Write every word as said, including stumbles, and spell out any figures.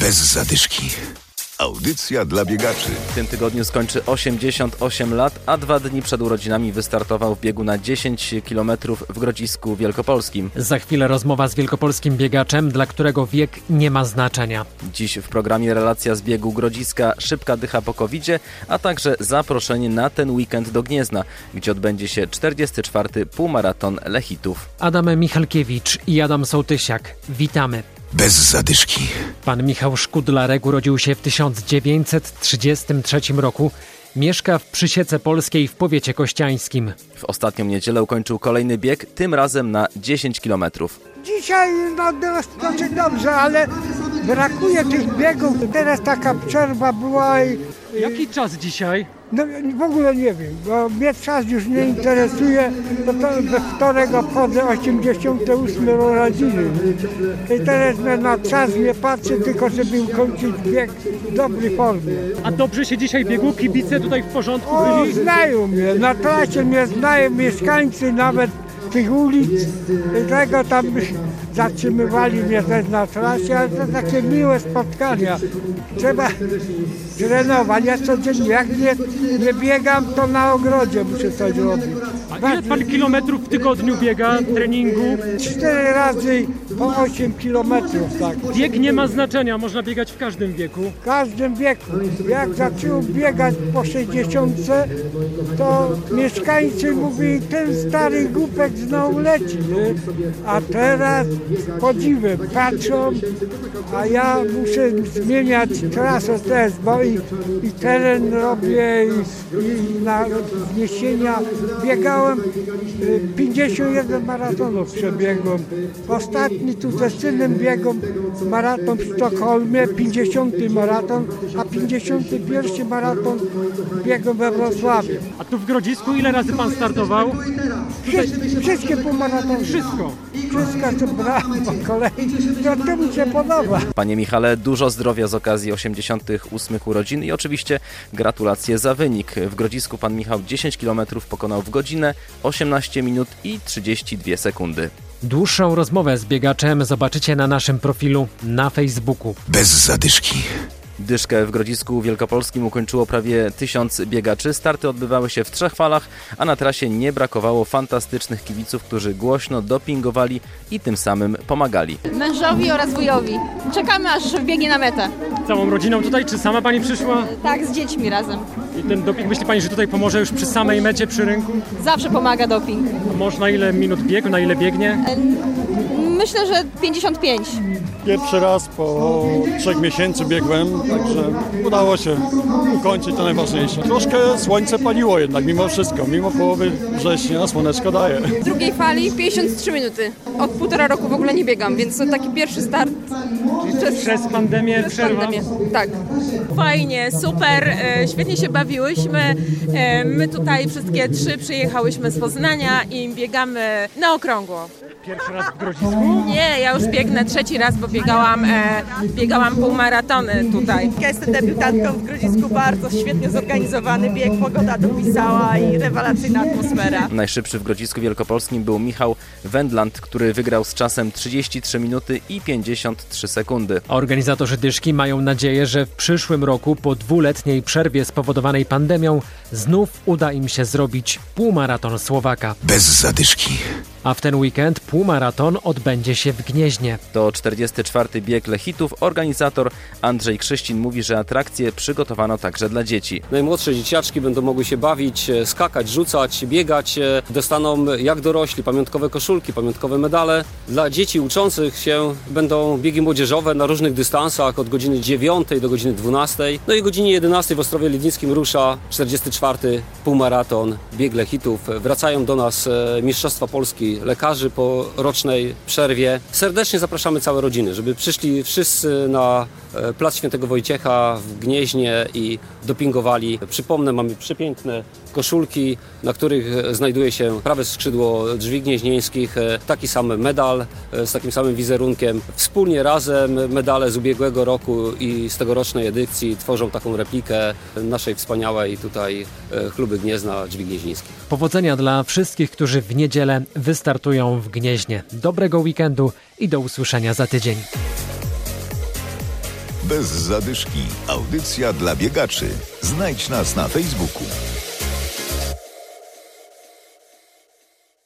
Bez zadyszki. Audycja dla biegaczy. W tym tygodniu skończy osiemdziesiąt osiem lat, a dwa dni przed urodzinami wystartował w biegu na dziesięć kilometrów w Grodzisku Wielkopolskim. Za chwilę rozmowa z wielkopolskim biegaczem, dla którego wiek nie ma znaczenia. Dziś w programie relacja z biegu Grodziska, szybka dycha po kowidzie, a także zaproszenie na ten weekend do Gniezna, gdzie odbędzie się czterdziesty czwarty półmaraton Lechitów. Adam Michalkiewicz i Adam Sołtysiak. Witamy. Bez zadyszki. Pan Michał Szkudlarek urodził się w tysiąc dziewięćset trzydziestym trzecim roku. Mieszka w Przysiece Polskiej w powiecie kościańskim. W ostatnią niedzielę ukończył kolejny bieg, tym razem na dziesięć kilometrów. Dzisiaj no, dosyć dobrze, ale brakuje tych biegów. Teraz taka przerwa była i... Jaki czas dzisiaj? No w ogóle nie wiem, bo mnie czas już nie interesuje, bo to we wtorek obchodzę osiemdziesiąte ósme urodziny. I teraz na czas nie patrzę, tylko żeby ukończyć bieg w dobrej formie. A dobrze się dzisiaj biegło? Kibice tutaj w porządku O, byli? znają mnie, na trasie mnie znają mieszkańcy nawet tych ulic. I tego tam zatrzymywali mnie też na trasie, ale to takie miłe spotkania. Trzeba trenować. Ja codziennie, jak nie, nie biegam, to na ogrodzie muszę coś robić. A ile pan kilometrów w tygodniu biega, treningu? Cztery razy po osiem kilometrów, tak. Wiek nie ma znaczenia, można biegać w każdym wieku. W każdym wieku. Jak zacząłem biegać po sześćdziesiątce, to mieszkańcy mówili, ten stary głupek znowu leci, nie? A teraz z podziwem patrzą, a ja muszę zmieniać trasę też, bo i, i teren robię, i, i na wzniesienia. Biegałem pięćdziesiąt jeden maratonów przebiegłem. Ostatni tu ze synem biegłem maraton w Sztokholmie, pięćdziesiąty maraton, a pięćdziesiąty pierwszy maraton biegłem we Wrocławiu. A tu w Grodzisku ile razy pan startował? Wszystkie, wszystkie półmaratony. Wszystko. Wszystko, co brawo, kolejny. To, to mi się podoba. Panie Michale, dużo zdrowia z okazji osiemdziesiątych ósmych urodzin i oczywiście gratulacje za wynik. W Grodzisku pan Michał dziesięć kilometrów pokonał w godzinę, osiemnaście minut i trzydzieści dwie sekundy. Dłuższą rozmowę z biegaczem zobaczycie na naszym profilu na Facebooku. Bez zadyszki. Dyszkę w Grodzisku Wielkopolskim ukończyło prawie tysiąc biegaczy. Starty odbywały się w trzech falach, a na trasie nie brakowało fantastycznych kibiców, którzy głośno dopingowali i tym samym pomagali. Mężowi oraz wujowi. Czekamy, aż biegnie na metę. Całą rodziną tutaj, czy sama pani przyszła? Tak, z dziećmi razem. I ten doping, myśli pani, że tutaj pomoże już przy samej mecie, przy rynku? Zawsze pomaga doping. A można ile minut biegu, na ile biegnie? Myślę, że pięćdziesiąt pięć. Pierwszy raz po trzech miesięcy biegłem, także udało się ukończyć, to najważniejsze. Troszkę słońce paliło jednak, mimo wszystko, mimo połowy września słoneczko daje. W drugiej fali pięćdziesiąt trzy minuty. Od półtora roku w ogóle nie biegam, więc to taki pierwszy start. Przez, przez pandemię przez przerwa? Pandemię. Tak. Fajnie, super, świetnie się bawiłyśmy. My tutaj wszystkie trzy przyjechałyśmy z Poznania i biegamy na okrągło. Pierwszy raz w Grodzisku? Nie, ja już biegnę trzeci raz, bo biegałam, e, biegałam półmaratony tutaj. Ja jestem debiutantką w Grodzisku, bardzo świetnie zorganizowany bieg, pogoda dopisała i rewelacyjna atmosfera. Najszybszy w Grodzisku Wielkopolskim był Michał Wendland, który wygrał z czasem trzydzieści trzy minuty i pięćdziesiąt trzy sekundy. Organizatorzy Dyszki mają nadzieję, że w przyszłym roku po dwuletniej przerwie spowodowanej pandemią znów uda im się zrobić półmaraton Słowaka. Bez zadyszki. A w ten weekend półmaraton odbędzie się w Gnieźnie. To czterdziesty czwarty bieg Lechitów. Organizator Andrzej Krzyścin mówi, że atrakcje przygotowano także dla dzieci. Najmłodsze dzieciaczki będą mogły się bawić, skakać, rzucać, biegać. Dostaną jak dorośli pamiątkowe koszulki, pamiątkowe medale. Dla dzieci uczących się będą biegi młodzieżowe na różnych dystansach od godziny dziewiątej do godziny dwunastej. No i o godzinie jedenastej w Ostrowie Lednickim rusza czterdziesty czwarty półmaraton bieg Lechitów. Wracają do nas Mistrzostwa Polski lekarzy po rocznej przerwie. Serdecznie zapraszamy całe rodziny, żeby przyszli wszyscy na Plac Świętego Wojciecha w Gnieźnie i dopingowali. Przypomnę, mamy przepiękne koszulki, na których znajduje się prawe skrzydło drzwi gnieźnieńskich, taki sam medal z takim samym wizerunkiem. Wspólnie razem medale z ubiegłego roku i z tegorocznej edycji tworzą taką replikę naszej wspaniałej tutaj chluby Gniezna, drzwi gnieźnieńskich. Powodzenia dla wszystkich, którzy w niedzielę wystartują w Gnieźnie. Dobrego weekendu i do usłyszenia za tydzień. Bez zadyszki. Audycja dla biegaczy. Znajdź nas na Facebooku.